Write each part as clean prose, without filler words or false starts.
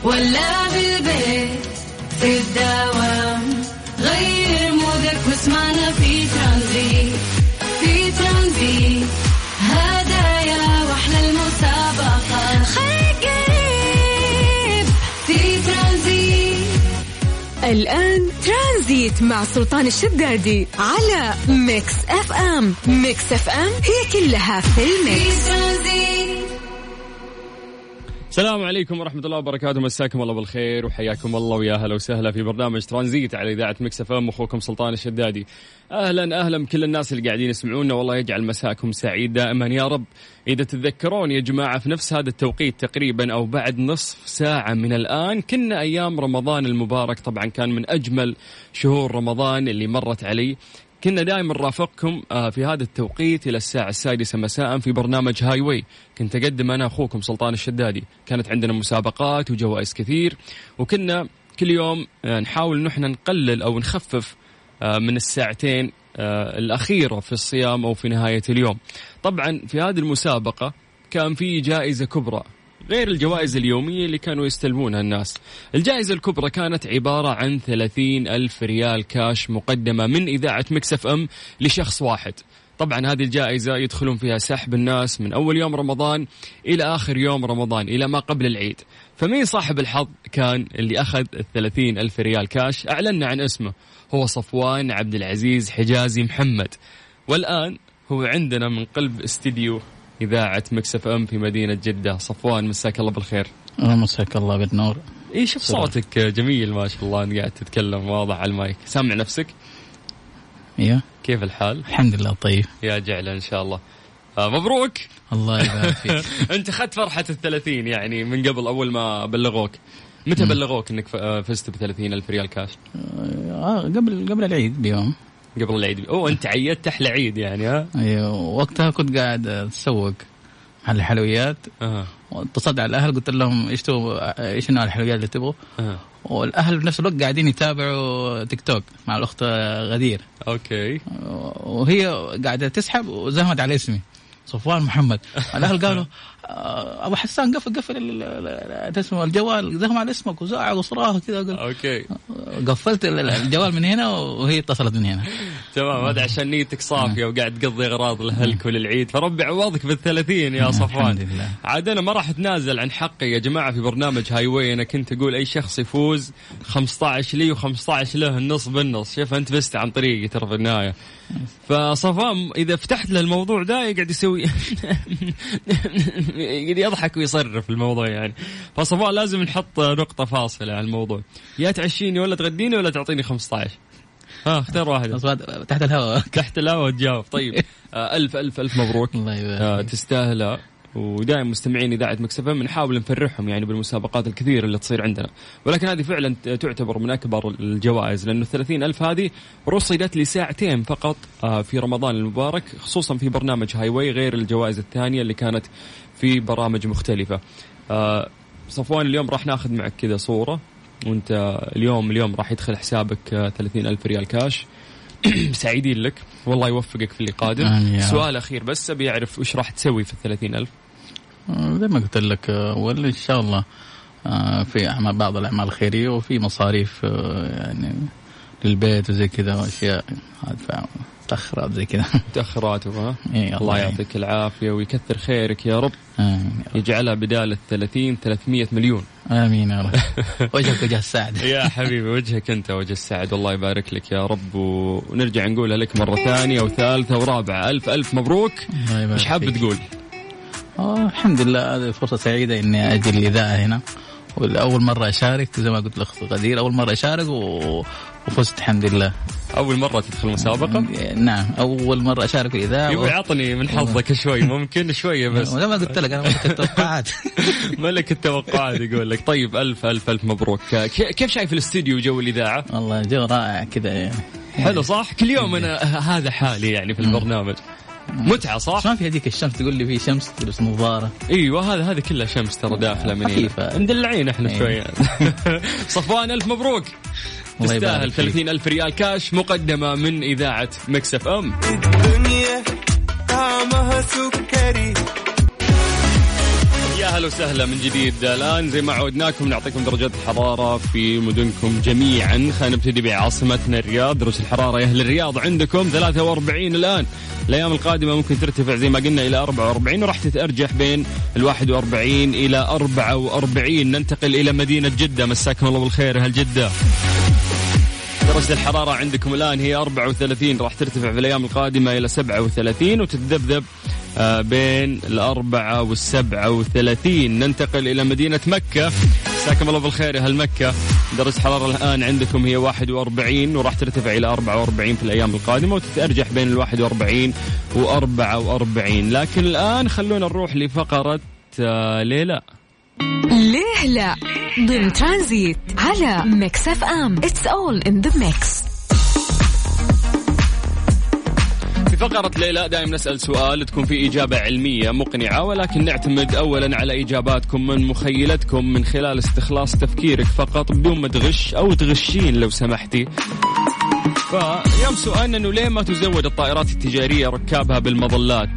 ولا بالبيت في الدوام، غير مودك واسمعنا في ترانزيت. في ترانزيت هدايا واحلى المسابقة، خليك قريب في ترانزيت. الآن ترانزيت مع سلطان الشدادي على ميكس اف ام. ميكس اف ام هي كلها في الميكس. السلام عليكم ورحمة الله وبركاته، مساكم الله بالخير وحياكم الله ويا هلا وسهلا في برنامج ترانزيت على إذاعة ميكس اف ام. أخوكم سلطان الشدادي. أهلا بكل الناس اللي قاعدين يسمعونا، والله يجعل مساكم سعيد دائما يا رب. إذا تتذكرون يا جماعة في نفس هذا التوقيت تقريبا أو بعد نصف ساعة من الآن كنا أيام رمضان المبارك، طبعا كان من أجمل شهور رمضان اللي مرت علي. كنا دائما نرافقكم في هذا التوقيت إلى الساعة 6 مساء في برنامج هاي واي. كنت أقدم أنا أخوكم سلطان الشدادي. كانت عندنا مسابقات وجوائز كثير، وكنا كل يوم نحاول نحن نقلل أو نخفف من الساعتين الأخيرة في الصيام أو في نهاية اليوم. طبعا في هذه المسابقة كان في جائزة كبرى غير الجوائز اليومية اللي كانوا يستلمونها الناس. الجائزة الكبرى كانت عبارة عن 30,000 ريال كاش مقدمة من إذاعة ميكس اف ام لشخص واحد. طبعا هذه الجائزة يدخلون فيها سحب الناس من أول يوم رمضان إلى آخر يوم رمضان إلى ما قبل العيد. فمين صاحب الحظ كان اللي أخذ 30,000 ريال كاش؟ أعلنا عن اسمه، هو صفوان عبد العزيز حجازي محمد، والآن هو عندنا من قلب استديو إذاعة ميكس اف ام في مدينة جدة. صفوان مساك الله بالخير. مساك الله بالنور. شوف صوتك جميل ما شاء الله، قاعد تتكلم واضح على المايك. سامع نفسك؟ ايوه. كيف الحال؟ الحمد لله طيب. يا جعله إن شاء الله. مبروك. الله يبارك فيك. أنت خدت فرحة 30 يعني من قبل، أول ما بلغوك. متى بلغوك إنك فزت ب30,000 ريال كاش؟ قبل العيد بيوم. قبل العيد. أنت عيدت أحلى عيد يعني. ها؟ أيوة. وقتها كنت قاعد أتسوق محل الحلويات. واتصلت على الأهل قلت لهم إيش نوع الحلويات اللي تبغوا. والأهل بنفس الوقت قاعدين يتابعوا تيك توك مع الأخت غدير. أوكي. وهي قاعدة تسحب وزهمت على اسمي صفوان محمد. الأهل قالوا أبو حسان قفل اسمه الجوال، زهم على اسمك وزعق وصراخ كذا. أوكي. قفلت الجوال من هنا وهي اتصلت من هنا. تمام. هذا عشان نيتك صافية وقاعد تقضي أغراض لأهلك وللعيد، فربي عوضك بال30 يا صفوان. عاد أنا ما راح أتنازل عن حقي يا جماعة في برنامج هاي واي. أنا كنت أقول أي شخص يفوز 15 لي و15 له، النص بالنص. شوف أنت فزت عن طريقي ترى في النهاية. فصفام إذا فتحت له الموضوع ده يقعد يسوي يضحك ويصرف الموضوع يعني. فصفاء لازم نحط نقطة فاصلة على الموضوع. يا تعشيني ولا تغديني ولا تعطيني 15. اختار واحد. تحت الهواء. تحت الهواء تجاوب. طيب. ألف مبروك. تستاهل. ودائما مستمعين إذاعة ميكس اف ام نحاول نفرحهم يعني بالمسابقات الكثيرة اللي تصير عندنا، ولكن هذه فعلا تعتبر من أكبر الجوائز، لأنه 30,000 هذه رصدت لساعتين فقط في رمضان المبارك، خصوصا في برنامج هاي واي، غير الجوائز الثانية اللي كانت في برامج مختلفة. صفوان اليوم راح ناخذ معك كذا صورة، وانت اليوم راح يدخل حسابك 30,000 ريال كاش. سعيدين لك، والله يوفقك في اللي قادم. سؤال أخير بس أبي أعرف وش راح تسوي في 30,000؟ زي ما قلت لك ولا إن شاء الله في أعمال، بعض الأعمال الخيرية، وفي مصاريف يعني للبيت وزي كذا وأشياء تأخرات زي كذا. تأخرات. الله يعطيك العافية ويكثر خيرك يا رب. يجعلها بدال 30 300 مليون. آمين يا رب. وجهك وجه السعد. يا حبيبي وجهك أنت وجه السعد، والله يبارك لك يا رب. ونرجع نقولها لك مرة ثانية وثالثة ورابعة. ألف مبروك. مش حاب تقول؟ الحمد لله، هذه فرصة سعيدة إني أجي الإذاعة هنا، والأول مرة أشارك زي ما قلت لأخت غدير، أول مرة أشارك وفزت الحمد لله. أول مرة تدخل مسابقة؟ نعم أول مرة أشارك في الإذاعة. يبغى يعطني من حظك شوي، ممكن شوية بس. زي ما قلت لك أنا ملك التوقعات. ملك التوقعات يقول لك. طيب ألف مبروك. كيف شايف الاستديو جو الإذاعة؟ والله جو رائع كذا يعني. حلو صح؟ كل يوم أنا هذا حالي يعني في البرنامج. متعة صح؟ ما في هذيك الشمس تقول لي في شمس تلبس نظارة. ايوه هذه كلها شمس ترى داخله من هنا. مدلعين احنا شوية. صفوان ألف مبروك. تستاهل 30,000 ريال كاش مقدمة من إذاعة ميكس اف ام. الدنيا طعمها سكري. يا أهلا وسهلا من جديد. الآن زي ما عودناكم نعطيكم درجات الحرارة في مدنكم جميعا. خلينا نبتدي بعاصمتنا الرياض. درجة الحرارة يا أهل الرياض عندكم 43 الآن. الأيام القادمة ممكن ترتفع زي ما قلنا إلى 44 وراح تتأرجح بين 41 إلى 44. ننتقل إلى مدينة جدة. مساكم الله بالخير أهل جدة. درجة الحرارة عندكم الآن هي 34 راح ترتفع في الأيام القادمة إلى 37 وتتذبذب بين 4 و37. ننتقل إلى مدينة مكة. مساكم الله بالخير يا أهل مكة. درجة الحرارة الآن عندكم هي 41 وراح ترتفع إلى 44 في الأيام القادمة وتتأرجح بين 41 و44. لكن الآن خلونا نروح لفقرة ليه لا. ليه لا ضمن ترانزيت على ميكس اف ام. It's all in the mix. في فقرة ليلى دائما نسأل سؤال تكون فيه إجابة علمية مقنعة، ولكن نعتمد أولا على إجاباتكم من مخيلتكم من خلال استخلاص تفكيرك فقط بدون ما تغش أو تغشين لو سمحتي. فيوم سؤالنا أنه ليه ما تزود الطائرات التجارية ركابها بالمظلات؟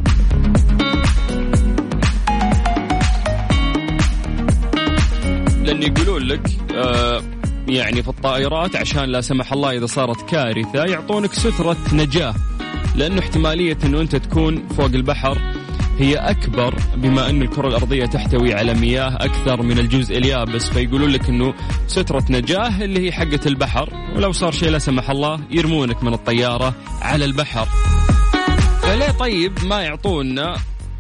لأن يقولون لك يعني في الطائرات عشان لا سمح الله إذا صارت كارثة يعطونك سترة نجاة، لأنه احتمالية أنه أنت تكون فوق البحر هي أكبر بما أن الكرة الأرضية تحتوي على مياه أكثر من الجزء اليابس. فيقولون لك أنه سترة نجاة اللي هي حقة البحر، ولو صار شيء لا سمح الله يرمونك من الطيارة على البحر. فليه طيب ما يعطونا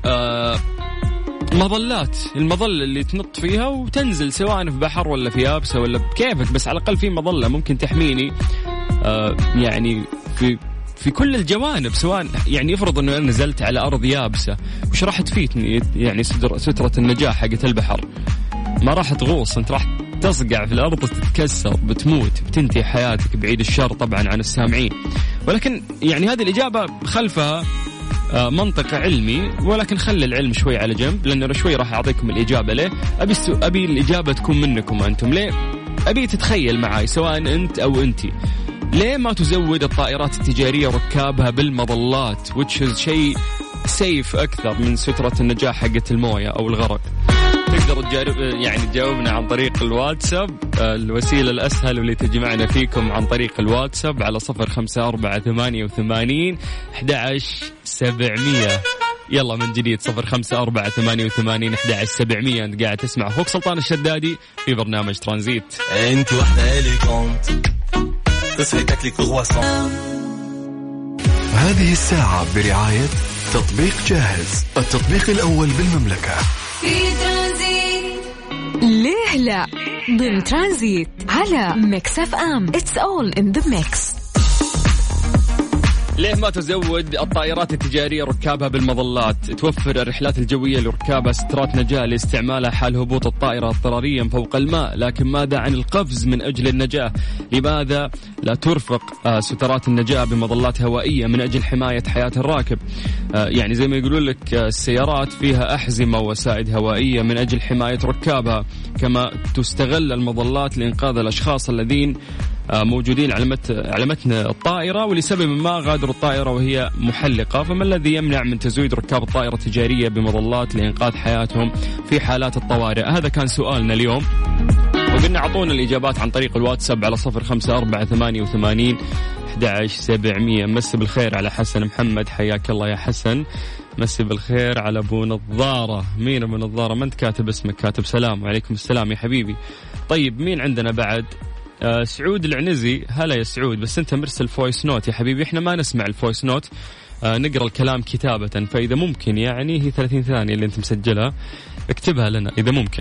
مظلات؟ المظلة اللي تنط فيها وتنزل سواء في بحر ولا في يابسة ولا بكيفك، بس على الأقل في مظلة ممكن تحميني يعني في كل الجوانب. سواء يعني يفرض أنه أنا نزلت على أرض يابسة وش راح تفيتني يعني سترة النجاة حقة البحر؟ ما راح تغوص، أنت راح تصقع في الأرض تتكسر بتموت بتنتهي حياتك بعيد الشر طبعا عن السامعين. ولكن يعني هذه الإجابة خلفها منطق علمي، ولكن خلي العلم شوي على جنب لأنه شوي راح أعطيكم الإجابة. ليه؟ أبي الإجابة تكون منكم أنتم. ليه؟ أبي تتخيل معي سواء أنت أو أنتي ليه ما تزود الطائرات التجارية ركابها بالمظلات which is شيء سيف أكثر من سترة النجاة حقة الموية أو الغرق؟ تقدر تجاوبنا عن طريق الواتساب، الوسيلة الأسهل واللي تجمعنا فيكم عن طريق الواتساب على 0548811700. يلا من جديد 0548811700. انت قاعد تسمع اخوك سلطان الشدادي في برنامج ترانزيت. انت وحده اليجونت تصحيتك لي كرواسون. هذه الساعة برعاية تطبيق جاهز، التطبيق الأول بالمملكة. في ترانزيت ليه لا ضمن ترانزيت على ميكس اف ام. It's all in the mix. ليه ما تزود الطائرات التجارية ركابها بالمظلات؟ توفر الرحلات الجوية لركابها سترات نجاة لاستعمالها حال هبوط الطائرة اضطراريا فوق الماء. لكن ماذا عن القفز من أجل النجاة؟ لماذا لا ترفق سترات النجاة بمظلات هوائية من أجل حماية حياة الراكب؟ يعني زي ما يقولون لك السيارات فيها أحزمة وسائد هوائية من أجل حماية ركابها، كما تستغل المظلات لإنقاذ الأشخاص الذين موجودين على متن الطائرة ولسبب ما غادروا الطائرة وهي محلقة. فما الذي يمنع من تزويد ركاب الطائرة التجارية بمظلات لإنقاذ حياتهم في حالات الطوارئ؟ هذا كان سؤالنا اليوم، وقلنا عطونا الإجابات عن طريق الواتساب على 0548811700. مسي بالخير على حسن محمد، حياك الله يا حسن. مسي بالخير على أبو نظارة. مين أبو نظارة؟ ما أنت كاتب اسمك، كاتب سلام. وعليكم السلام يا حبيبي. طيب مين عندنا بعد؟ سعود العنزي. هلا يا سعود، بس أنت مرسل فويس نوت يا حبيبي، إحنا ما نسمع الفويس نوت، نقرأ الكلام كتابة. فإذا ممكن يعني هي 30 ثانية اللي أنت مسجلها اكتبها لنا إذا ممكن.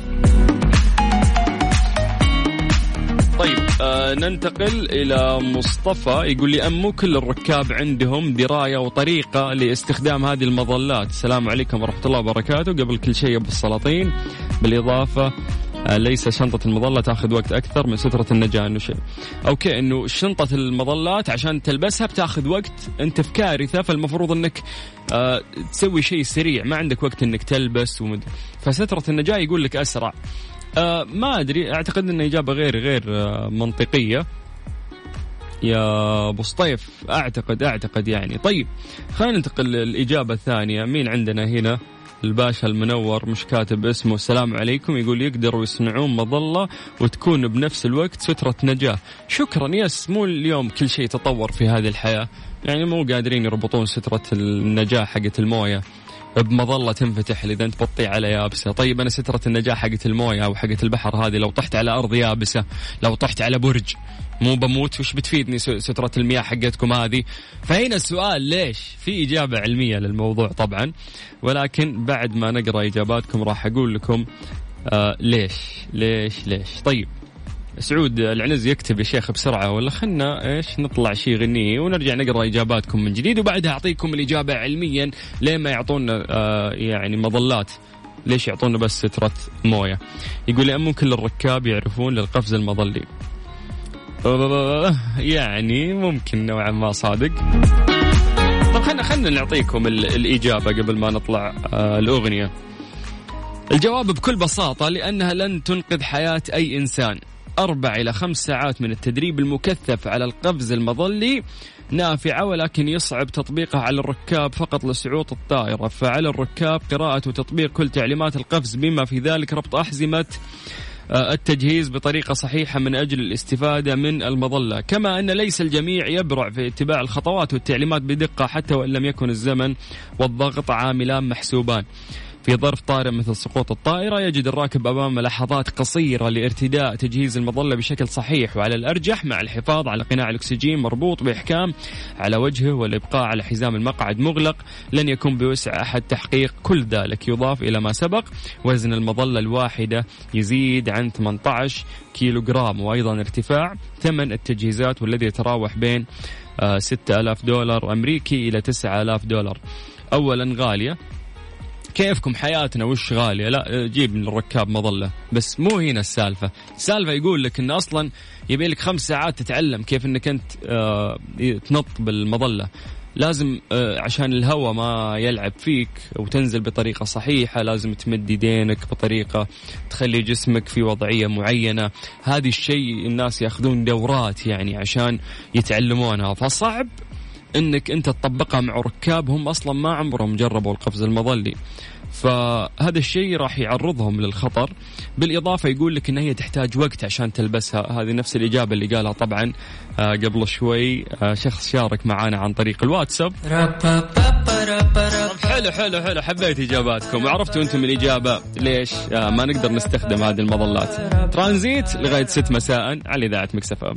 طيب ننتقل إلى مصطفى. يقول لي مو كل الركاب عندهم دراية وطريقة لاستخدام هذه المظلات. السلام عليكم ورحمة الله وبركاته. قبل كل شيء بالسلاطين، بالإضافة ليس شنطة المظلة تأخذ وقت أكثر من سترة النجاة. إنه شيء أوكي، إنه شنطة المظلات عشان تلبسها بتأخذ وقت، أنت في كارثة فالمفروض إنك تسوي شيء سريع، ما عندك وقت إنك تلبس فسترة النجاة يقول لك أسرع. ما أدري، أعتقد إن إجابة غير منطقية يا أبو سطيف. أعتقد يعني. طيب خلينا ننتقل للإجابة الثانية. مين عندنا هنا؟ الباشا المنور مش كاتب اسمه. السلام عليكم، يقول يقدروا يصنعون مظلة وتكون بنفس الوقت سترة نجاة. شكرا. يس، مو اليوم كل شيء تطور في هذه الحياة، يعني مو قادرين يربطون سترة النجاة حقت الموية بمظلة تنفتح إذا أنت بطي على يابسة. طيب أنا سترة النجاة حقت الموية أو حقت البحر هذه لو طحت على أرض يابسة، لو طحت على برج، مو بموت؟ وش بتفيدني سترة المياه حقتكم هذه؟ فهنا السؤال ليش؟ في إجابة علمية للموضوع طبعا، ولكن بعد ما نقرأ إجاباتكم راح أقول لكم ليش. طيب سعود العنز يكتب يا شيخ بسرعة، ولا خلنا نطلع شيء غنيه ونرجع نقرأ إجاباتكم من جديد، وبعدها أعطيكم الإجابة علميا ليه ما يعطونا يعني مظلات، ليش يعطونا بس سترة موية. يقول لأن ممكن الركاب يعرفون للقفز المظلي. يعني ممكن نوعا ما صادق. طب خلنا نعطيكم الإجابة قبل ما نطلع الأغنية. الجواب بكل بساطة لأنها لن تنقذ حياة أي إنسان. 4 إلى 5 ساعات من التدريب المكثف على القفز المظلي نافعة، ولكن يصعب تطبيقها على الركاب فقط لصعود الطائرة. فعلى الركاب قراءة وتطبيق كل تعليمات القفز بما في ذلك ربط أحزمة التجهيز بطريقة صحيحة من أجل الاستفادة من المظلة. كما أن ليس الجميع يبرع في اتباع الخطوات والتعليمات بدقة حتى وإن لم يكن الزمن والضغط عاملان محسوبان. في ظرف طارئ مثل سقوط الطائرة يجد الراكب أمامه لحظات قصيرة لارتداء تجهيز المظلة بشكل صحيح، وعلى الأرجح مع الحفاظ على قناع الأكسجين مربوط بإحكام على وجهه والإبقاء على حزام المقعد مغلق. لن يكون بوسع أحد تحقيق كل ذلك. يضاف إلى ما سبق وزن المظلة الواحدة يزيد عن 18 كيلوغرام، وأيضا ارتفاع ثمن التجهيزات والذي يتراوح بين $6,000 أمريكي إلى $9,000. أولا غالية، كيفكم حياتنا وش غالية؟ لا جيب من الركاب مظلة، بس مو هنا السالفة. السالفة يقول لك إن أصلا يبي لك 5 ساعات تتعلم كيف إنك أنت تنط بالمظلة. لازم عشان الهواء ما يلعب فيك وتنزل بطريقة صحيحة لازم تمد يدينك بطريقة تخلي جسمك في وضعية معينة. هذه الشيء الناس يأخذون دورات يعني عشان يتعلمونها، فصعب انك انت تطبقها مع ركاب هم اصلا ما عمرهم جربوا القفز المظلي، فهذا الشيء راح يعرضهم للخطر. بالاضافه يقول لك ان هي تحتاج وقت عشان تلبسها. هذه نفس الاجابه اللي قالها طبعا قبل شوي شخص شارك معنا عن طريق الواتساب. حلو حبيت اجاباتكم وعرفتوا انتم الاجابه ليش ما نقدر نستخدم هذه المظلات. ترانزيت لغايه 6 مساء على اذاعه ميكس اف ام.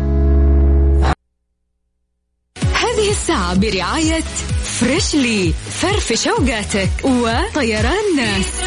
هذه الساعة برعاية فريشلي، فرفش اوقاتك، وطيران ناس.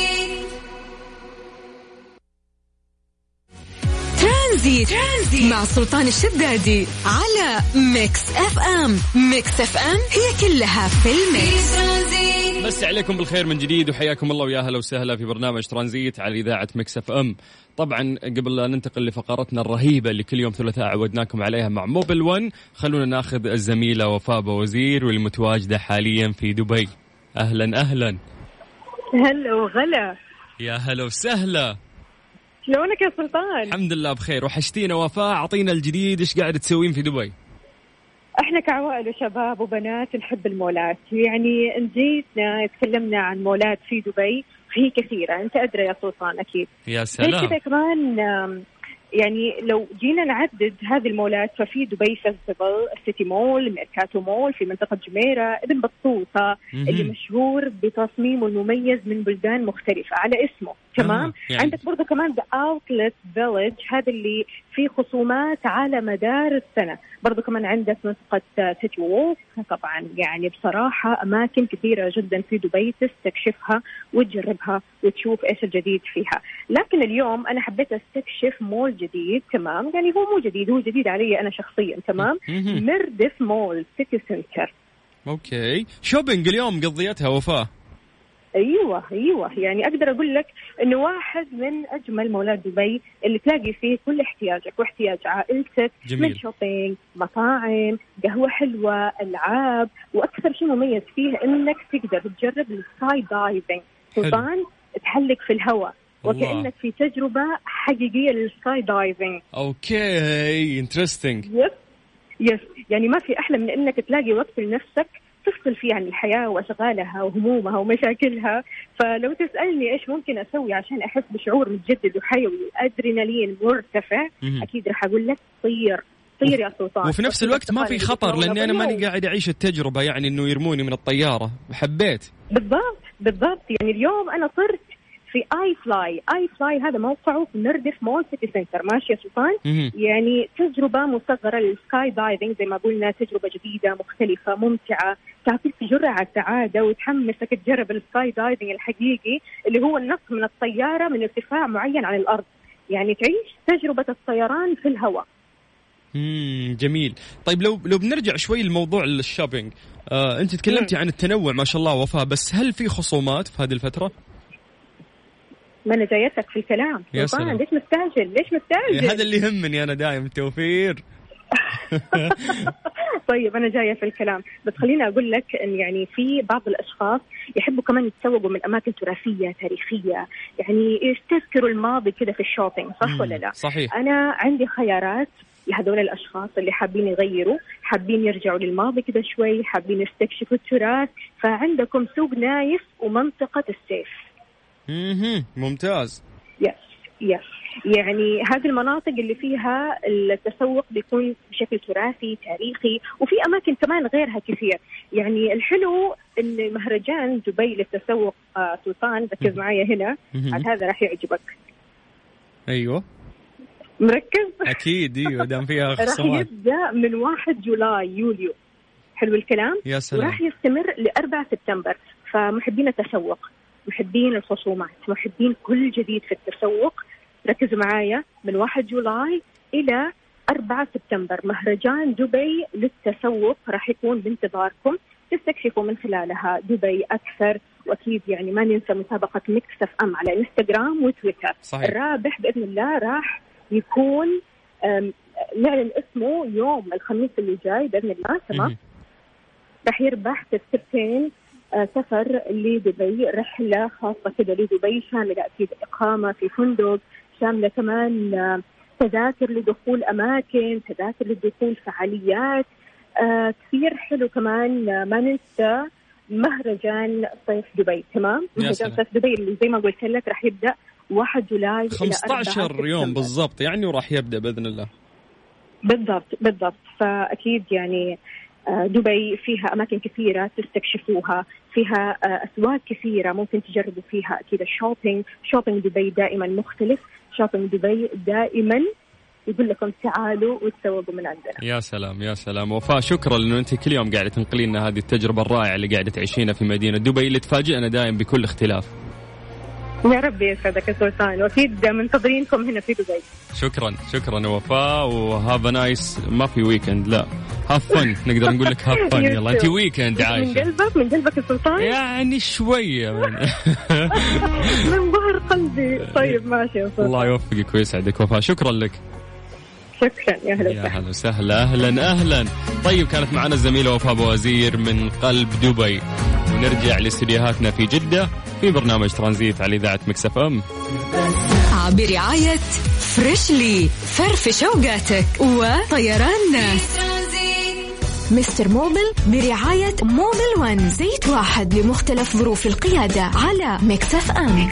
ترانزيت مع سلطان الشدادي على ميكس اف ام. ميكس اف ام هي كلها في الميكس. بس عليكم بالخير من جديد وحياكم الله ويا هلا وسهلا في برنامج ترانزيت على إذاعة ميكس اف ام. طبعا قبل لا ننتقل لفقرتنا الرهيبة اللي كل يوم ثلاثاء عودناكم عليها مع موبل 1، خلونا ناخذ الزميلة وفاء وزير والمتواجدة حاليا في دبي. أهلا هلا وغلا. يا هلا وسهلا. شلونك يا سلطان؟ الحمد لله بخير. وحشتينا وفاء، أعطينا الجديد، إيش قاعد تسوين في دبي؟ احنا كعوائل وشباب وبنات نحب المولات، يعني نجيتنا تكلمنا عن مولات في دبي فهي كثيرة، انت ادري يا سلطان اكيد. يا سلام. كذا كمان يعني لو جينا نعدد هذه المولات ففي دبي فيستيفال، السيتي مول، ميركاتو مول في منطقة جميرة، ابن بطوطة اللي مشهور بتصميمه المميز من بلدان مختلفة على اسمه. تمام. يعني عندك برضو كمان The Outlet Village، هذا اللي فيه خصومات على مدار السنة. برضو كمان عندك منطقة سيتي وولف. طبعا يعني بصراحة أماكن كثيرة جدا في دبي تستكشفها وتجربها وتشوف إيش الجديد فيها. لكن اليوم أنا حبيت استكشف مول جديد. تمام. يعني هو مو جديد، هو جديد علي أنا شخصيا. تمام. ميردف مول سيتي سنتر. أوكي. شوبينج اليوم قضيتها وفاء؟ ايوه يعني اقدر اقول لك انه واحد من اجمل مولات دبي اللي تلاقي فيه كل احتياجك واحتياج عائلتك. جميل. من شوبينج، مطاعم، قهوه حلوه، العاب، واكثر شيء مميز فيه انك تقدر تجرب السكاي دايفنج. سلطان تحلق في الهواء وكأنك في تجربه حقيقيه للسكاي دايفنج. اوكي انترستينج. يس يعني ما في احلى من انك تلاقي وقت لنفسك في تفصل فيه عن الحياة وأشغالها وهمومها ومشاكلها. فلو تسألني إيش ممكن أسوي عشان أحس بشعور متجدد وحيوي أدرينالين مرتفع، أكيد رح أقول لك طير يا سلطان. وفي نفس الوقت ما في خطر، لأني أنا ماني قاعد أعيش التجربة، يعني إنه يرموني من الطيارة. حبيت بالضبط. يعني اليوم أنا صرت في آي فلاي هذا موقعه في نردف مول سيتي سنتر، ماشي يا سلطان. يعني تجربة مصغرة للسكاي دايفنج زي ما قلنا، تجربة جديدة مختلفة ممتعة تعطيك جرعة سعادة وتحمسك تجرب السكاي دايفنج الحقيقي اللي هو النط من الطيارة من ارتفاع معين عن الأرض، يعني تعيش تجربة الطيران في الهواء. جميل. طيب لو بنرجع شوي لموضوع الشوبينج، أنت تكلمتي عن التنوع ما شاء الله وفاء، بس هل في خصومات في هذه الفترة؟ ما أنا جايتك في الكلام. ليش مستعجل؟ هذا اللي يهمني أنا دائم، التوفير. طيب أنا جاية في الكلام، بس خليني أقول لك إن يعني في بعض الأشخاص يحبوا كمان يتسوقوا من أماكن تراثية تاريخية، يعني يستذكروا الماضي كده في الشوبينج، صح ولا لا؟ صحيح. أنا عندي خيارات لهذول الأشخاص اللي حابين يغيروا، حابين يرجعوا للماضي كده شوي، حابين يستكشفوا التراث. فعندكم سوق نايف ومنطقة السيف. ممتاز. يس يعني هذه المناطق اللي فيها التسوق بيكون بشكل تراثي تاريخي، وفي أماكن كمان غيرها كثير. يعني الحلو إن مهرجان دبي للتسوق سلطان، ركز معايا هنا، هذا راح يعجبك. أيوة مركز؟ أكيد أيوة، دام فيها خصومات. راح يبدأ من 1 جولاي يوليو، حلو الكلام؟ يا سلام. وراح يستمر ل4 سبتمبر. فمحبين التسوق، محبين الخصومات، محبين كل جديد في التسوق، ركزوا معايا، من 1 جولاي إلى 4 سبتمبر مهرجان دبي للتسوق راح يكون بانتظاركم، تستكشفوا من خلالها دبي أكثر. وأكيد يعني ما ننسى مسابقة ميكس اف ام على انستغرام وتويتر. صحيح. الرابح بإذن الله راح يكون نعلن اسمه يوم الخميس اللي جاي بإذن الله. تمام. راح يربح تذكرتين سفر لدبي، رحلة خاصة كده لدبي، شاملة أكيد إقامة في فندق، شاملة كمان تذاكر لدخول أماكن، تذاكر لدخول فعاليات كثير حلو. كمان ما ننسى مهرجان صيف دبي. تمام. مهرجان صيف دبي اللي زي ما قلت لك راح يبدأ 1 جولاي 15 يوم بالضبط يعني، وراح يبدأ بإذن الله. بالضبط. فأكيد يعني دبي فيها أماكن كثيرة تستكشفوها، فيها أسواق كثيرة ممكن تجربوا فيها. أكيد شوبينج دبي دائما مختلف، شوبينج دبي دائما يقول لكم تعالوا وتسوقوا من عندنا. يا سلام يا سلام. وفاء شكرا لأنه أنت كل يوم قاعدة تنقلي لنا هذه التجربة الرائعة اللي قاعدة تعيشينها في مدينة دبي اللي تفاجئنا دائما بكل اختلاف. يا رب يسعدك يا سلطان، وأكيد منتظرينكم هنا في دبي. شكرا وفاء، وهاف نايس. ما في ويكند، لا هاف فن، نقدر نقول لك هاف فن. يلا أنت ويكند عايشة من قلبك يا سلطان، يعني شوية من ظهر قلبي. طيب ماشي يا سلطان، الله يوفقك ويسعدك وفاء. شكرا لك. شكرا. يا هلا وسهلا. أهلا. طيب كانت معنا الزميلة وفاء بوزير من قلب دبي. ونرجع لاستديوهاتنا في جدة في برنامج ترانزيت على إذاعة ميكس اف ام برعاية فريشلي، فرفش اوقاتك، وطيران ناس. مستر موبل برعاية موبل 1، زيت واحد لمختلف ظروف القيادة على ميكس اف ام.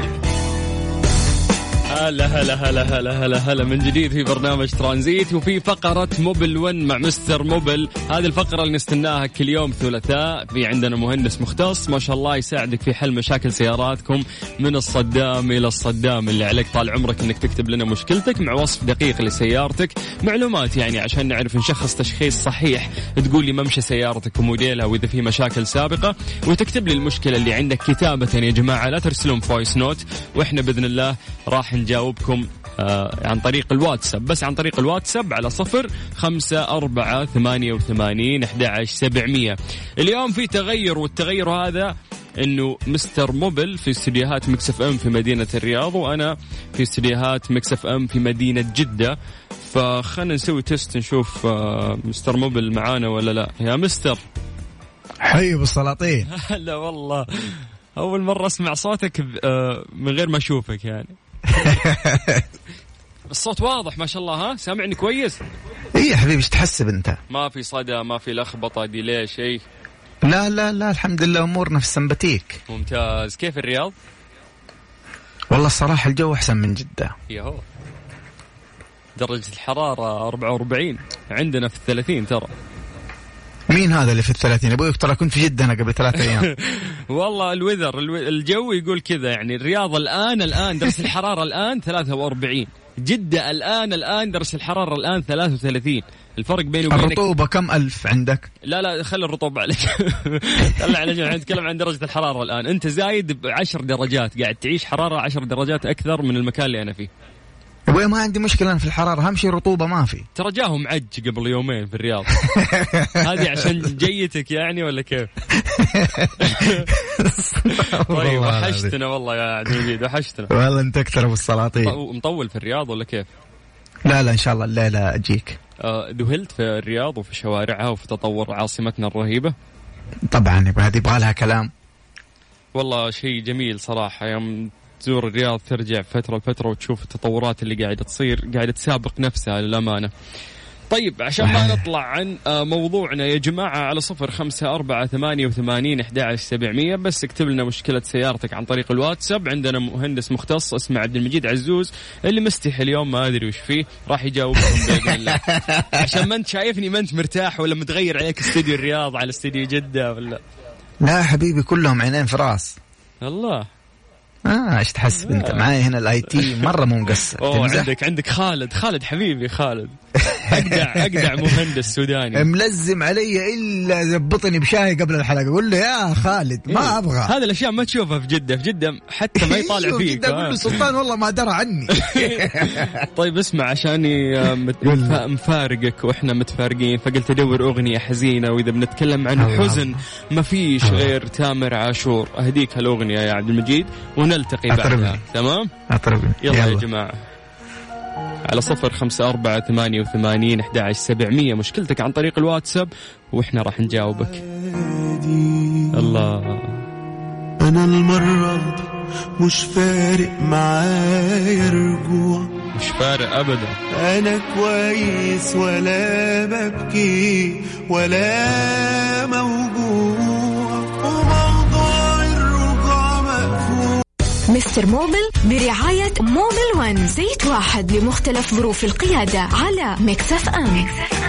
هلا من جديد في برنامج ترانزيت وفي فقرة موبل 1 مع مستر موبل. هذه الفقرة اللي نستناها كل يوم ثلاثاء. في عندنا مهندس مختص ما شاء الله يساعدك في حل مشاكل سياراتكم من الصدام إلى الصدام. اللي عليك طال عمرك انك تكتب لنا مشكلتك مع وصف دقيق لسيارتك، معلومات يعني عشان نعرف نشخص تشخيص صحيح. تقول لي ممشى سيارتك وموديلها وإذا في مشاكل سابقة، وتكتب لي المشكلة اللي عندك كتابة. يا جماعة لا ترسلون فويس نوت، وإحنا بإذن الله راح نجاوبكم عن طريق الواتساب، بس عن طريق الواتساب على 0548811700. اليوم في تغير، والتغير هذا انه مستر موبل في استديوهات ميكس اف ام في مدينة الرياض، وانا في استديوهات ميكس اف ام في مدينة جدة. فخلنا نسوي تيست نشوف مستر موبل معانا ولا لا. يا مستر حي بالسلاطين. لا والله اول مرة اسمع صوتك من غير ما اشوفك يعني. الصوت واضح ما شاء الله. ها سامعني كويس؟ ايه يا حبيبي، ايش تحسب انت؟ ما في صدى، ما في لخبطة، ديلي، شيء؟ لا لا لا الحمد لله أمورنا في السمباتيك. ممتاز. كيف الرياض؟ والله الصراحة الجو أحسن من جدة. ياهو درجة الحرارة 44 عندنا في 30 ترى. مين هذا اللي في 30؟ أبوك ترى كنت في جدة أنا قبل 3 أيام. والله الجو يقول كذا يعني. الرياض الآن درجة الحرارة الآن 43. جدة الآن درجة الحرارة الآن 33. الفرق بينه وبينك الرطوبة كم ألف عندك؟ لا خلي الرطوبة عليك. طلع على جنب. نتكلم عن درجة الحرارة الآن. أنت زايد ب10 درجات، قاعد تعيش حرارة 10 درجات أكثر من المكان اللي أنا فيه. أبوي ما عندي مشكلة أنا في الحرارة، أهم شيء رطوبة ما في. ترى جاهم عج قبل يومين في الرياض. هذه عشان جيتك يعني ولا كيف؟ طيب وحشتنا والله يا عبد المجيد، وحشتنا والله. أنت أكثر بالسلاطين. مطول في الرياض ولا كيف؟ لا إن شاء الله الليلة أجيك. ذهلت في الرياض وفي شوارعها وفي تطور عاصمتنا الرهيبة. طبعا هذه يبغى لها كلام. والله شيء جميل صراحة يوم تزور الرياض، ترجع فترة لفترة وتشوف التطورات اللاللي قاعدة تصير، قاعدة تسابق نفسها للأمانة. طيب عشان ما نطلع عن موضوعنا يا جماعة، على 0548811700 بس اكتب لنا مشكلة سيارتك عن طريق الواتساب. عندنا مهندس مختص اسمه عبد المجيد عزوز اللي مستحي اليوم ما أدري وش فيه، راح يجاوبكم بإذن الله. عشان ما أنت شايفني ما أنت مرتاح ولا متغير عليك استوديو الرياض على استوديو جدة ولا لا حبيبي كلهم عينين في راس. الله. ايش تحسب انت معاي هنا الاي تي مره مو مقصر. عندك خالد حبيبي خالد اقدع مهندس سوداني ملزم علي الا زبطني بشاي قبل الحلقه. قول له يا خالد ما ابغى. هذه الاشياء ما تشوفها في جده حتى ما يطالع فيك. قول له سلطان والله ما درى عني. طيب اسمع، عشاني مفارقك واحنا متفارقين فقلت ادور اغنيه حزينه، واذا بنتكلم عن حزن ما فيش غير تامر عاشور. اهديك هالاغنيه يا عبد المجيد ونلتقي بعدها. تمام يلا يا جماعه على 0548811700 مشكلتك عن طريق الواتساب وإحنا راح نجاوبك. الله. أنا المرة مش فارق معايا رجوع، مش فارق أبدا. أنا كويس ولا ببكي ولا موجوع، وموضوع الرجوع مقفول. مستر موبل برعاية موبل ون، زيت واحد لمختلف ظروف القيادة على ميكس اف ام.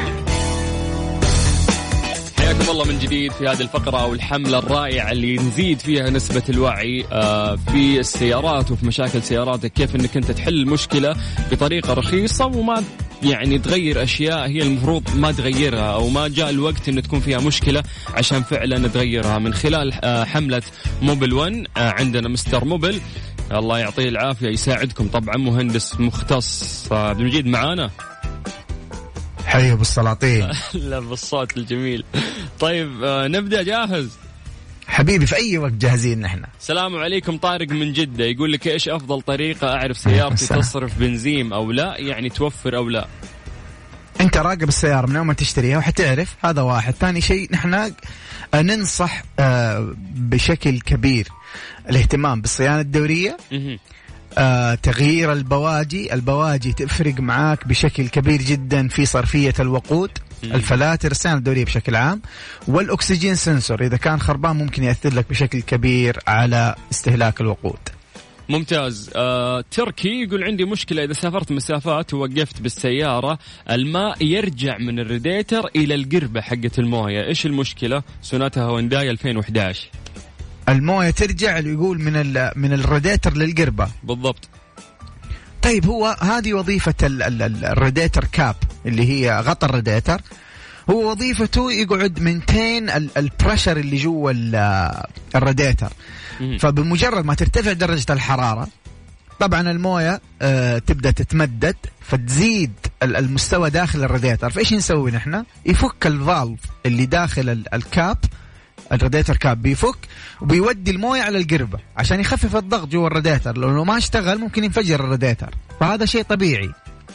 حياكم الله من جديد في هذه الفقرة أو الحملة الرائعة اللي نزيد فيها نسبة الوعي في السيارات وفي مشاكل سياراتك، كيف أنك أنت تحل مشكلة بطريقة رخيصة وما يعني تغير أشياء هي المفروض ما تغيرها، أو ما جاء الوقت أن تكون فيها مشكلة عشان فعلا تغيرها. من خلال حملة موبل ون عندنا مستر موبل الله يعطيه العافية يساعدكم. طبعا مهندس مختص عبد المجيد معانا. حي بالسلاطين. لا بالصوت الجميل. طيب نبدأ. جاهز حبيبي؟ في أي وقت جاهزين نحن. السلام عليكم. طارق من جدة يقول لك إيش أفضل طريقة أعرف سيارتي تصرف بنزين أو لا، يعني توفر أو لا؟ أنت راقب السيارة من يوم ما تشتريها وحتعرف. هذا واحد. ثاني شيء نحن ننصح بشكل كبير الاهتمام بالصيانة الدورية. تغيير البواجي تفرق معاك بشكل كبير جدا في صرفية الوقود. الفلاتر، الصيانة الدورية بشكل عام، والأكسجين سنسور إذا كان خربان ممكن يأثر لك بشكل كبير على استهلاك الوقود. ممتاز. تركي يقول عندي مشكلة إذا سافرت مسافات ووقفت بالسيارة الماء يرجع من الراديتر إلى القربة حقة الموية. إيش المشكلة؟ سوناتا هونداي 2011. الموية ترجع يقول من الراديتر للقربة بالضبط. طيب هو هذه وظيفة الراديتر كاب اللي هي غطى الراديتر. هو وظيفته يقعد منتين البريشر اللي جوا الراديتر. فبمجرد ما ترتفع درجة الحرارة طبعا الموية تبدأ تتمدد فتزيد المستوى داخل الراديتر. فإيش نسوي نحن؟ يفك الفالف اللي داخل الكاب، الراديتر كاب بيفك وبيودي المويه على القربة عشان يخفف الضغط جوا الراديتر. لو ما اشتغل ممكن ينفجر الراديتر، فهذا شيء طبيعي.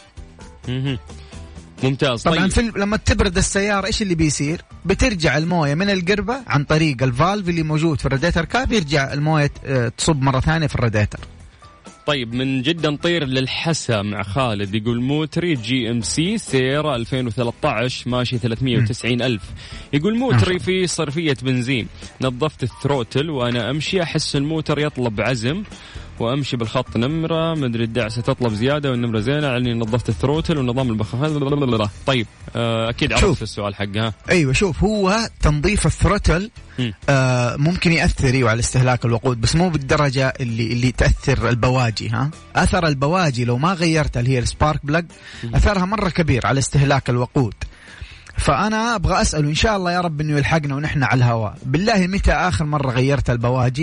ممتاز. طبعا طيب. لما تبرد السيارة ايش اللي بيصير؟ بترجع المويه من القربة عن طريق الفالف اللي موجود في الراديتر كاب، يرجع المويه تصب مرة ثانية في الراديتر. طيب من جدة نطير للحسا مع خالد، يقول موتري GMC سيرة 2013 ماشي 390 ألف. يقول موتري في صرفية بنزين، نظفت الثروتل وأنا أمشي أحس الموتر يطلب عزم وأمشي بالخط نمرة مدري الدعسة تطلب زيادة والنمرة زينة لأني نظفت الثروتل ونظام البخاخ. طيب أكيد عرفت السؤال حقها. أيوة شوف، هو تنظيف الثروتل ممكن يأثر على استهلاك الوقود، بس مو بالدرجة اللي تأثر البواجي. ها أثر البواجي لو ما غيرتها اللي هي السبارك بلاج أثرها مرة كبير على استهلاك الوقود. فأنا أبغى أسأله إن شاء الله يا رب إنه يلحقنا ونحن على الهواء، بالله متى آخر مرة غيرت البواجي؟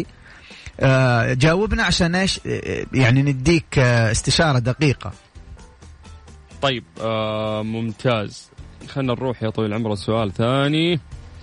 جاوبنا عشان ايش يعني نديك استشارة دقيقة. طيب ممتاز، خلنا نروح يا طويل العمر سؤال ثاني.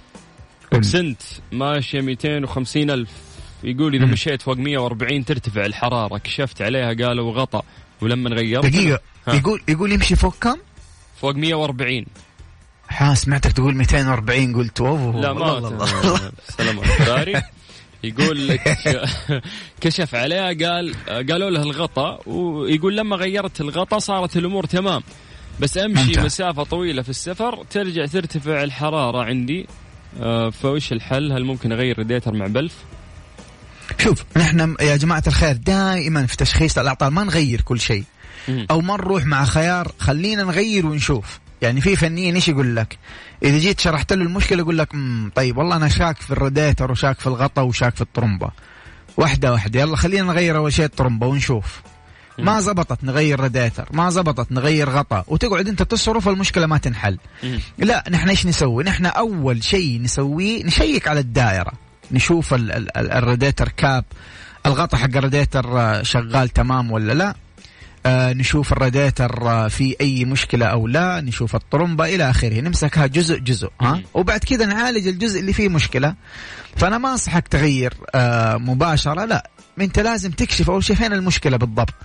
سنت ماشية 250 ألف، يقول إذا مشيت فوق 140 ترتفع الحرارة، كشفت عليها قالوا غطى ولما غيرت دقيقة يقول يمشي فوق كم؟ فوق 140. سمعتك تقول 240 قلت اوه لا ما سلامات داري. يقول لك كشف عليها قالوا له الغطاء، ويقول لما غيرت الغطاء صارت الأمور تمام، بس أمشي مسافة طويلة في السفر ترجع ترتفع الحرارة عندي. فوش الحل؟ هل ممكن أغير راديتر مع بلف؟ شوف نحن يا جماعة الخير دائما في تشخيص الأعطال ما نغير كل شيء أو ما نروح مع خيار، خلينا نغير ونشوف. يعني في فنيين ايش يقول لك اذا جيت شرحت له المشكله يقول لك طيب والله انا شاك في الراديتر وشاك في الغطاء وشاك في الطرمبه، واحده يلا خلينا نغير اول شيء الطرمبه ونشوف. ما زبطت نغير راديتر، ما زبطت نغير غطاء، وتقعد انت تصرف المشكله ما تنحل. لا نحن ايش نسوي؟ نحن اول شيء نسويه نشيك على الدائره، نشوف الراديتر كاب، الغطاء حق الراديتر شغال تمام ولا لا، نشوف الراديتر في أي مشكلة أو لا، نشوف الطرمبة إلى آخره، نمسكها جزء جزء وبعد كده نعالج الجزء اللي فيه مشكلة. فأنا ما أنصحك تغير مباشرة، لا أنت لازم تكشف أول شيء فين المشكلة بالضبط.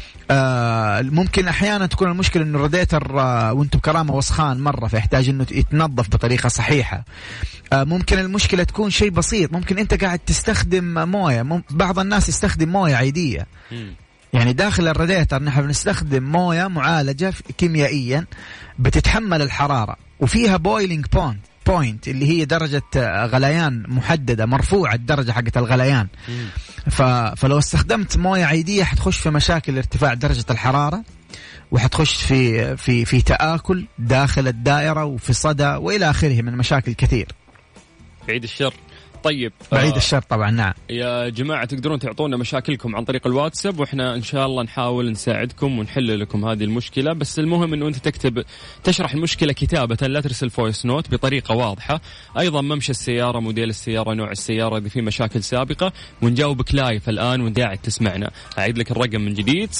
ممكن أحيانا تكون المشكلة إنه الراديتر وأنتم بكرامة وسخان مرة فيحتاج إنه يتنظف بطريقة صحيحة. ممكن المشكلة تكون شيء بسيط، ممكن أنت قاعد تستخدم موية، بعض الناس يستخدم موية عادية، يعني داخل الراديتر نحن بنستخدم موية معالجة كيميائيا بتتحمل الحرارة وفيها بويلينج بوينت اللي هي درجة غليان محددة مرفوعة الدرجة حقت الغليان. فلو استخدمت موية عادية حتخش في مشاكل ارتفاع درجة الحرارة، وحتخش في تآكل داخل الدائرة وفي صدى وإلى آخره من مشاكل كثير. بعيد الشر. طيب بعيد الشر طبعا. نعم يا جماعة تقدرون تعطونا مشاكلكم عن طريق الواتساب، وإحنا إن شاء الله نحاول نساعدكم ونحل لكم هذه المشكلة. بس المهم إنه أنت تشرح المشكلة كتابة، لا ترسل فويس نوت بطريقة واضحة. أيضا ممشى السيارة، موديل السيارة، نوع السيارة إذا في مشاكل سابقة، ونجاوبك لايف الآن وانت قاعد تسمعنا. أعيد لك الرقم من جديد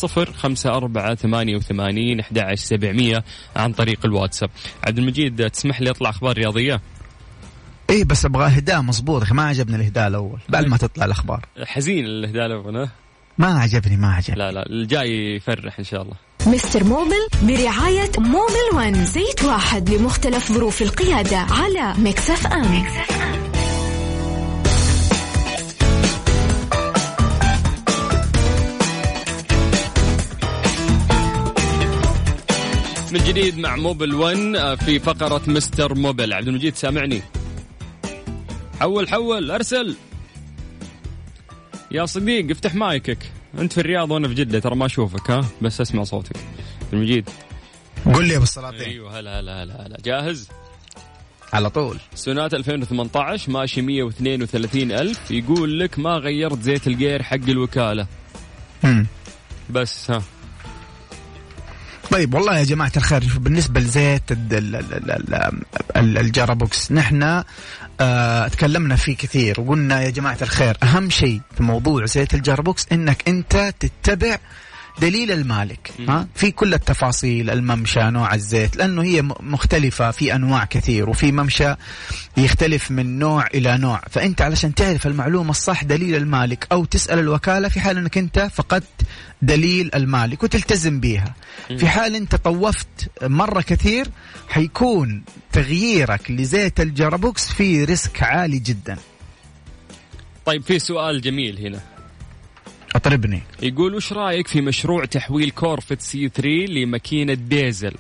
0548811700 عن طريق الواتساب. عبد المجيد تسمح لي أطلع أخبار رياضية؟ ايه بس ابغى اهداء مظبوط، ما عجبني الاهداء الاول بعد ما تطلع الاخبار. حزين الاهداء الاول. ما عجبني. لا الجاي يفرح ان شاء الله. مستر موبل برعاية موبل 1، زيت واحد لمختلف ظروف القيادة على ميكس اف ام. من جديد مع موبل 1 في فقرة مستر موبل. عبد المجيد سامعني؟ حول ارسل يا صديق، افتح مايكك. انت في الرياض وانا في جدة، ترى ما اشوفك بس اسمع صوتك. عبد المجيد قل لي ابو السلاطين. ايوه هلا جاهز على طول. سونات 2018 ماشي 132 ألف، يقول لك ما غيرت زيت الجير حق الوكالة. بس طيب والله يا جماعة الخير، بالنسبة لزيت الجارابوكس نحن تكلمنا فيه كثير وقلنا يا جماعة الخير أهم شيء في موضوع زيت الجارابوكس إنك أنت تتبع دليل المالك في كل التفاصيل، الممشى، نوع الزيت، لأنه هي مختلفة في أنواع كثير، وفي ممشى يختلف من نوع إلى نوع. فأنت علشان تعرف المعلومة الصح دليل المالك، أو تسأل الوكالة في حال أنك أنت فقدت دليل المالك وتلتزم بيها. في حال أنت طوفت مرة كثير حيكون تغييرك لزيت الجارابوكس في ريسك عالي جدا. طيب في سؤال جميل هنا، أطربني. يقول وش رأيك في مشروع تحويل كورفت C3 لماكينة ديزل؟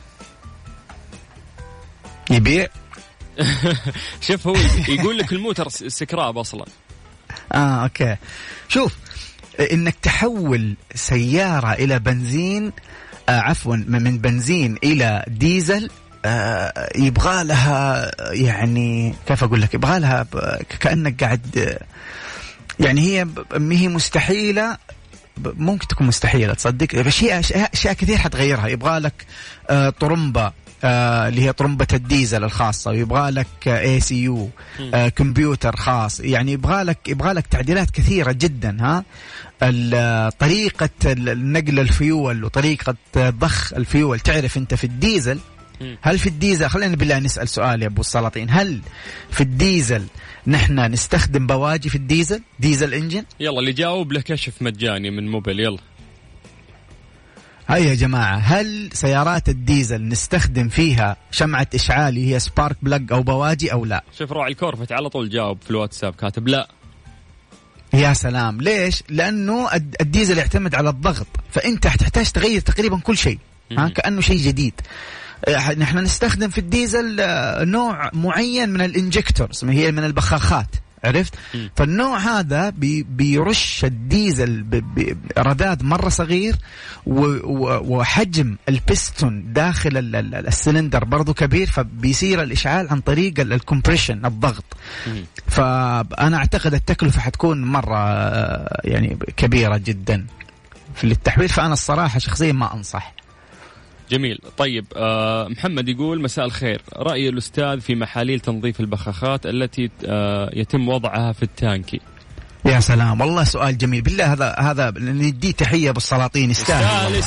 يبيع. شوف هو يقول لك الموتر سكراب أصلا. أوكي. شوف، إنك تحول سيارة إلى بنزين، عفوا من بنزين إلى ديزل، يبغى لها يعني كيف أقول لك، يبغى لها كأنك قاعد يعني هي مستحيلة، ممكن تكون مستحيلة تصدق، أشياء كثير حتغيرها. يبغى لك طرمبة اللي هي طرمبة الديزل الخاصة، ويبغى لك ACU كمبيوتر خاص، يعني يبغى لك تعديلات كثيرة جدا. طريقة نقل الفيول وطريقة ضخ الفيول. تعرف أنت في الديزل، هل في الديزل، خلينا بالله نسأل سؤال يا أبو السلاطين، هل في الديزل نحن نستخدم بواجي في الديزل، ديزل إنجن؟ يلا اللي جاوب له كشف مجاني من موبيل. يلا هاي يا جماعة، هل سيارات الديزل نستخدم فيها شمعة إشعال هي سبارك بلاج أو بواجي أو لا؟ شوف راعي الكورفت على طول جاوب في الواتساب كاتب لا. يا سلام. ليش؟ لأنه الديزل يعتمد على الضغط، فأنت هتحتاج تغير تقريبا كل شيء، كأنه شيء جديد. نحن نستخدم في الديزل نوع معين من الانجكتورز، هي من البخاخات، عرفت؟ فالنوع هذا بيرش الديزل برذاذ مرة صغير، وحجم البستون داخل السلندر برضو كبير، فبيصير الإشعال عن طريق الكمبريشن، الضغط. فأنا أعتقد التكلفة حتكون مرة يعني كبيرة جدا في التحويل، فأنا الصراحة شخصيا ما أنصح. جميل. طيب محمد يقول مساء الخير، رأي الأستاذ في محاليل تنظيف البخاخات التي يتم وضعها في التانكي. يا سلام، والله سؤال جميل بالله. هذا ندي تحية بالسلاطين، يستاهل.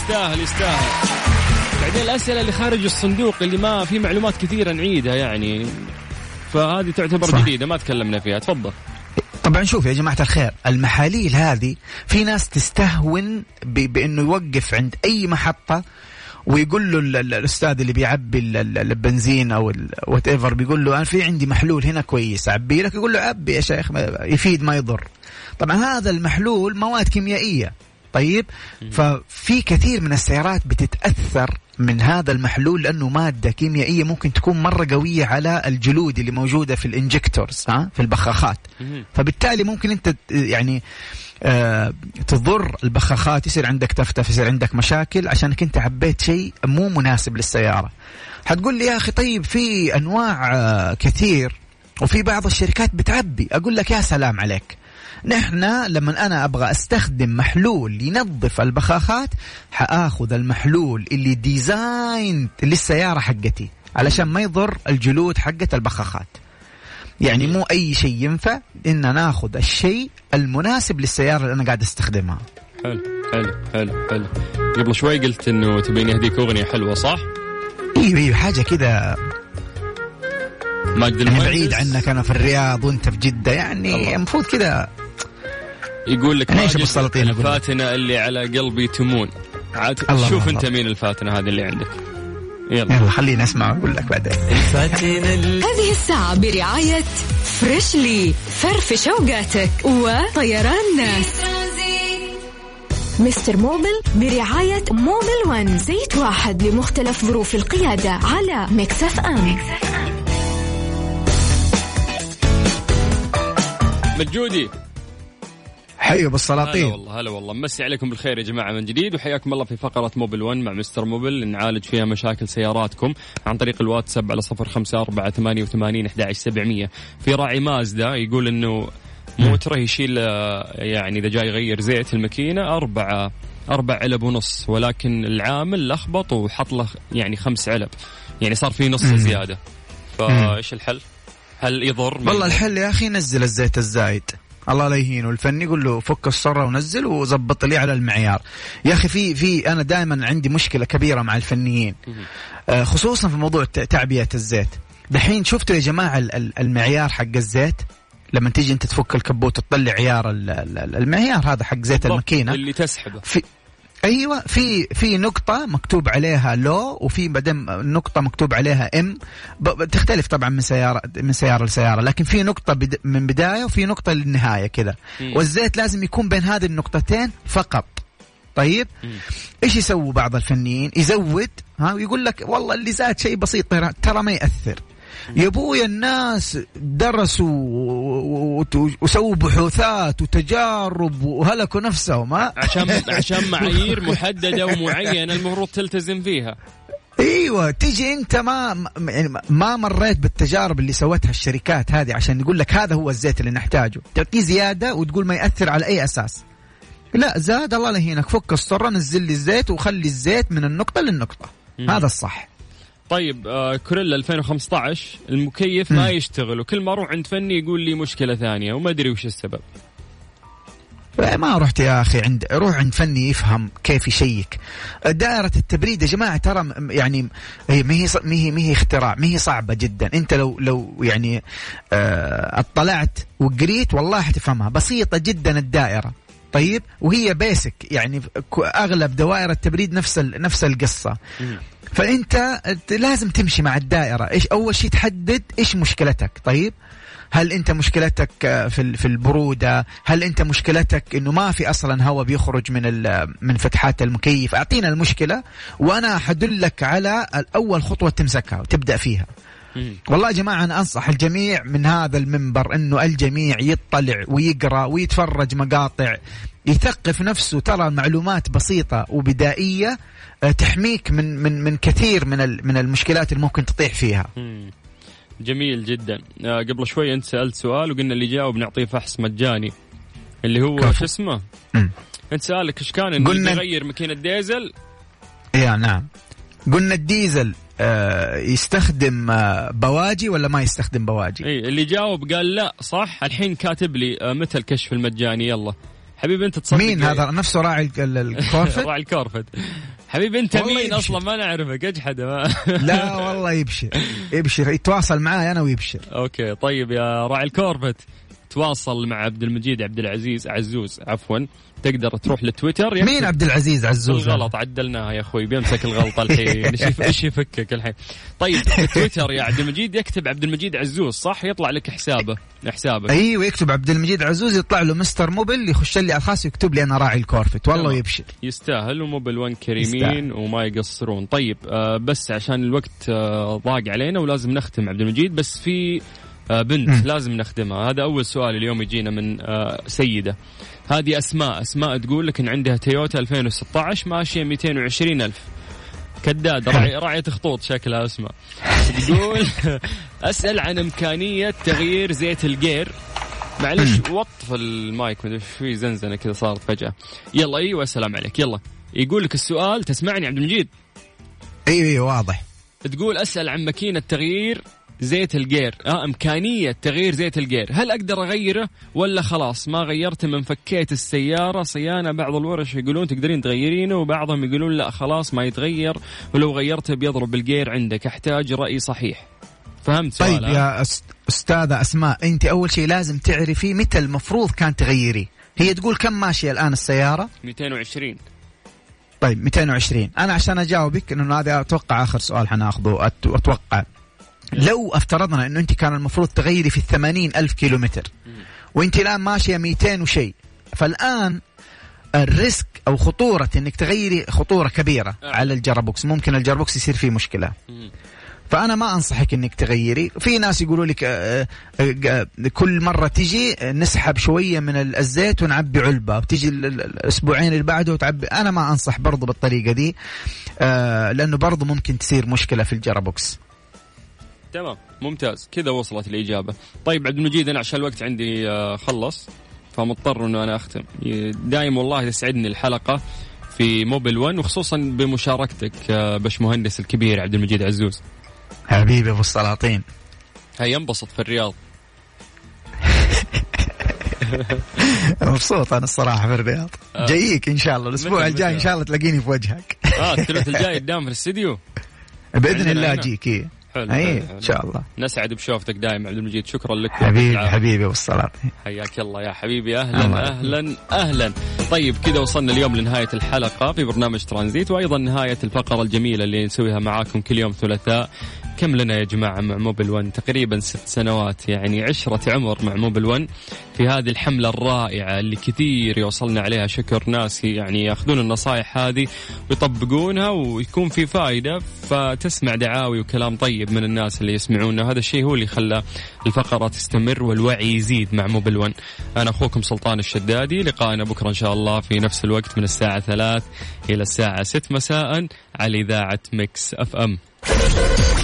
بعدين الأسئلة اللي خارج الصندوق اللي ما في معلومات كثيرة نعيدها يعني، فهذه تعتبر صح. جديدة ما تكلمنا فيها. تفضل. طبعا شوف يا جماعة الخير، المحاليل هذه في ناس تستهون بأنه يوقف عند أي محطة ويقول له الأستاذ اللي بيعبي البنزين أو وات ايفر، بيقول له أنا في عندي محلول هنا كويس أعبي لك، يقول له عبي يا شيخ، يفيد ما يضر. طبعا هذا المحلول مواد كيميائية. طيب، ففي كثير من السيارات بتتأثر من هذا المحلول لأنه مادة كيميائية ممكن تكون مرة قوية على الجلود اللي موجودة في الانجكتورز في البخاخات، فبالتالي ممكن أنت يعني تضر البخاخات، يصير عندك تفتف، يصير عندك مشاكل عشانك انت عبيت شيء مو مناسب للسيارة. حتقول لي يا أخي طيب في أنواع كثير وفي بعض الشركات بتعبي. أقول لك يا سلام عليك، نحن لما أنا أبغى أستخدم محلول ينظف البخاخات حآخذ المحلول اللي ديزاين للسيارة حقتي علشان ما يضر الجلود حقت البخاخات. يعني مو أي شيء ينفع، إن ناخذ الشيء المناسب للسيارة اللي أنا قاعد استخدمها. حلو. قبل شوي قلت إنه تبيني أهديك أغنية حلوة صح؟ إيه حاجة كده ماجد المهندس. أنا بعيد عنك، أنا في الرياض وأنت في جدة، يعني المفروض كده. يقول لك ماجد الفاتنة اللي على قلبي تمون. شوف أنت مين الفاتنة هذه اللي عندك. يلا خلينا نسمع وأقول لك بعدين. هذه الساعة برعاية فريشلي، فرفش اوقاتك، وطيران ناس. مستر موبل برعاية موبل 1، زيت واحد لمختلف ظروف القيادة، على ميكس اف ام. مجودي حيو بالسلاطين. هلا والله مسي عليكم بالخير يا جماعة من جديد، وحياكم الله في فقرة موبل 1 مع مستر موبل، نعالج فيها مشاكل سياراتكم عن طريق الواتساب على 0548811700. في راعي مازدا يقول إنه موتره يشيل يعني إذا جاي يغير زيت الماكينة 4 علب ونص، ولكن العامل لخبط وحط له يعني 5 علب، يعني صار في نص زيادة. فإيش الحل؟ هل يضر؟ والله الحل يا أخي نزل الزيت الزايد، الله لا يهينه. الفني يقول له فك الصرة ونزل وزبط لي على المعيار. يا أخي في أنا دائما عندي مشكلة كبيرة مع الفنيين، خصوصا في موضوع تعبئة الزيت. دحين شفتوا يا جماعة المعيار حق الزيت، لما تيجي أنت تفك الكبوت وتطلع عيار المعيار هذا حق زيت الماكينة اللي تسحبه، ايوه في نقطه مكتوب عليها لو، وفي بعدين نقطه مكتوب عليها ام، تختلف طبعا من سياره لسياره، لكن في نقطه من بدايه وفي نقطه للنهايه كذا، والزيت لازم يكون بين هذه النقطتين فقط. طيب ايش يسووا بعض الفنيين؟ يزود ويقول لك والله اللي زاد شيء بسيط ترى ما يأثر. يا ابويا الناس درسوا وسووا بحوثات وتجارب وهلكوا نفسهم عشان معايير محددة ومعينة المفروض تلتزم فيها. ايوه، تيجي انت ما مريت بالتجارب اللي سوتها الشركات هذه عشان يقول لك هذا هو الزيت اللي نحتاجه، تعطيه زيادة وتقول ما يأثر على اي اساس. لا، زاد الله لهينك، فك الصرة، نزل لي الزيت وخلي الزيت من النقطة للنقطة. هذا الصح. طيب كوريلا 2015 المكيف ما يشتغل، وكل ما اروح عند فني يقول لي مشكلة ثانية وما ادري وش السبب. ما رحت يا اخي روح عند فني يفهم كيف يشيك. دائرة التبريد يا جماعة ترى يعني ما هي اختراع، ما هي صعبة جدا. انت لو يعني اطلعت وقريت والله حتفهمها، بسيطة جدا الدائرة. طيب، وهي بيسك يعني اغلب دوائر التبريد نفس القصة. فانت لازم تمشي مع الدائرة. ايش اول شيء؟ تحدد ايش مشكلتك. طيب، هل انت مشكلتك في البرودة؟ هل انت مشكلتك انه ما في اصلا هواء بيخرج من فتحات المكيف؟ اعطينا المشكلة وانا حدلك على اول خطوة تمسكها وتبدأ فيها. والله يا جماعة أنا أنصح الجميع من هذا المنبر أنه الجميع يطلع ويقرأ ويتفرج مقاطع، يثقف نفسه. ترى المعلومات بسيطة وبدائية تحميك من كثير من المشكلات اللي ممكن تطيح فيها. جميل جدا. قبل شوي أنت سألت سؤال وقلنا اللي جاوب نعطيه فحص مجاني اللي هو شو اسمه. أنت سألك إيش كان إنه يغير ماكينة ديزل. يا نعم، قلنا الديزل يستخدم بواجي ولا ما يستخدم بواجي؟ اي اللي جاوب قال لا صح. الحين كاتب لي متى الكشف المجاني. يلا حبيبي انت تصدق مين هذا؟ نفسه راعي الكورفت؟ راعي الكورفت. حبيبي انت مين اصلا؟ ما نعرفك اجحد. لا والله يبشر يتواصل معاي انا ويبشر. اوكي طيب يا راعي الكورفت، تواصل مع عبد المجيد عبد العزيز عزوز عفوا. تقدر تروح لتويتر. مين عبد العزيز عزوز؟ غلط عدلناها يا اخوي، بيمسك الغلطه الحين. ايش يفكك الحين؟ طيب في تويتر يا عبد المجيد يكتب عبد المجيد عزوز صح، يطلع لك حسابك. ايوه يكتب عبد المجيد عزوز يطلع له مستر موبل، يخش لي على الخاص ويكتب لي انا راعي الكورفت. والله يبشر يستاهل. وموبل 1 كريمين وما يقصرون. طيب بس عشان الوقت ضاق علينا ولازم نختم عبد المجيد، بس في بنت لازم نخدمها. هذا أول سؤال اليوم يجينا من سيدة. هذه أسماء تقول لك إن عندها تويوتا 2016 ماشية 220,000. كداد راعية خطوط شكلها أسماء. تقول أسأل عن إمكانية تغيير زيت الجير. معلش وطف المايك، مدري في زنزنة كذا صارت فجأة. يلا أيوة السلام عليك. يلا يقول لك السؤال، تسمعني عبد المجيد؟ أيوة واضح. تقول أسأل عن ماكينة تغيير زيت الجير. إمكانية تغيير زيت الجير، هل أقدر أغيره ولا خلاص ما غيرت من فكيت السيارة صيانة؟ بعض الورش يقولون تقدرين تغيرينه وبعضهم يقولون لا خلاص ما يتغير، ولو غيرته بيضرب الجير عندك. أحتاج رأي صحيح. فهمت سؤال؟ طيب يا أستاذة أسماء، أنت أول شيء لازم تعرفي متى المفروض كان تغيري. هي تقول كم ماشية الآن السيارة؟ 220. طيب 220. أنا عشان أجاوبك إنه هذا أتوقع آخر سؤال حناخذه. أتوقع لو افترضنا انه انت كان المفروض تغيري في 80,000 كيلومتر وانت الان ماشية 200 وشيء، فالان الريسك او خطورة انك تغيري خطورة كبيرة على الجرابوكس. ممكن الجرابوكس يصير فيه مشكلة. فانا ما انصحك انك تغيري. في ناس يقولوا لك كل مرة تيجي نسحب شوية من الزيت ونعبي علبة، وتيجي الاسبوعين اللي بعده وتعبي. انا ما انصح برضو بالطريقة دي، لانه برضو ممكن تصير مشكلة في الجرابوكس. تمام ممتاز كذا وصلت الإجابة. طيب عبد المجيد أنا عشان الوقت عندي خلص فمضطر أنه أنا أختم. دائم والله تسعدني الحلقة في موبل 1 وخصوصا بمشاركتك باش مهندس الكبير عبد المجيد عزوز. حبيبي أبو السلاطين. هيا انبسط في الرياض. مبسوط أنا الصراحة في الرياض. جايك إن شاء الله الأسبوع الجاي إن شاء الله تلاقيني في وجهك. الثلاث الجاي قدام في الاستديو بإذن الله أجيك. اي ان شاء الله. نسعد بشوفتك دائما عبد المجيد، شكرا لك حبيبي والصلاة. حياك الله يا حبيبي، اهلا. طيب كذا وصلنا اليوم لنهاية الحلقة في برنامج ترانزيت، وايضا نهاية الفقرة الجميلة اللي نسويها معاكم كل يوم ثلاثاء. كم لنا يا جماعة مع موبل 1؟ تقريبا 6 سنوات، يعني 10 عمر مع موبل 1 في هذه الحملة الرائعة اللي كثير يوصلنا عليها شكر ناس يعني ياخذون النصائح هذه ويطبقونها ويكون في فائدة، فتسمع دعاوي وكلام طيب من الناس اللي يسمعونا. هذا الشيء هو اللي خلى الفقرة تستمر والوعي يزيد مع موبل 1. أنا أخوكم سلطان الشدادي، لقائنا بكرة إن شاء الله في نفس الوقت من الساعة 3 إلى الساعة 6 مساء على إذاعة ميكس اف ام.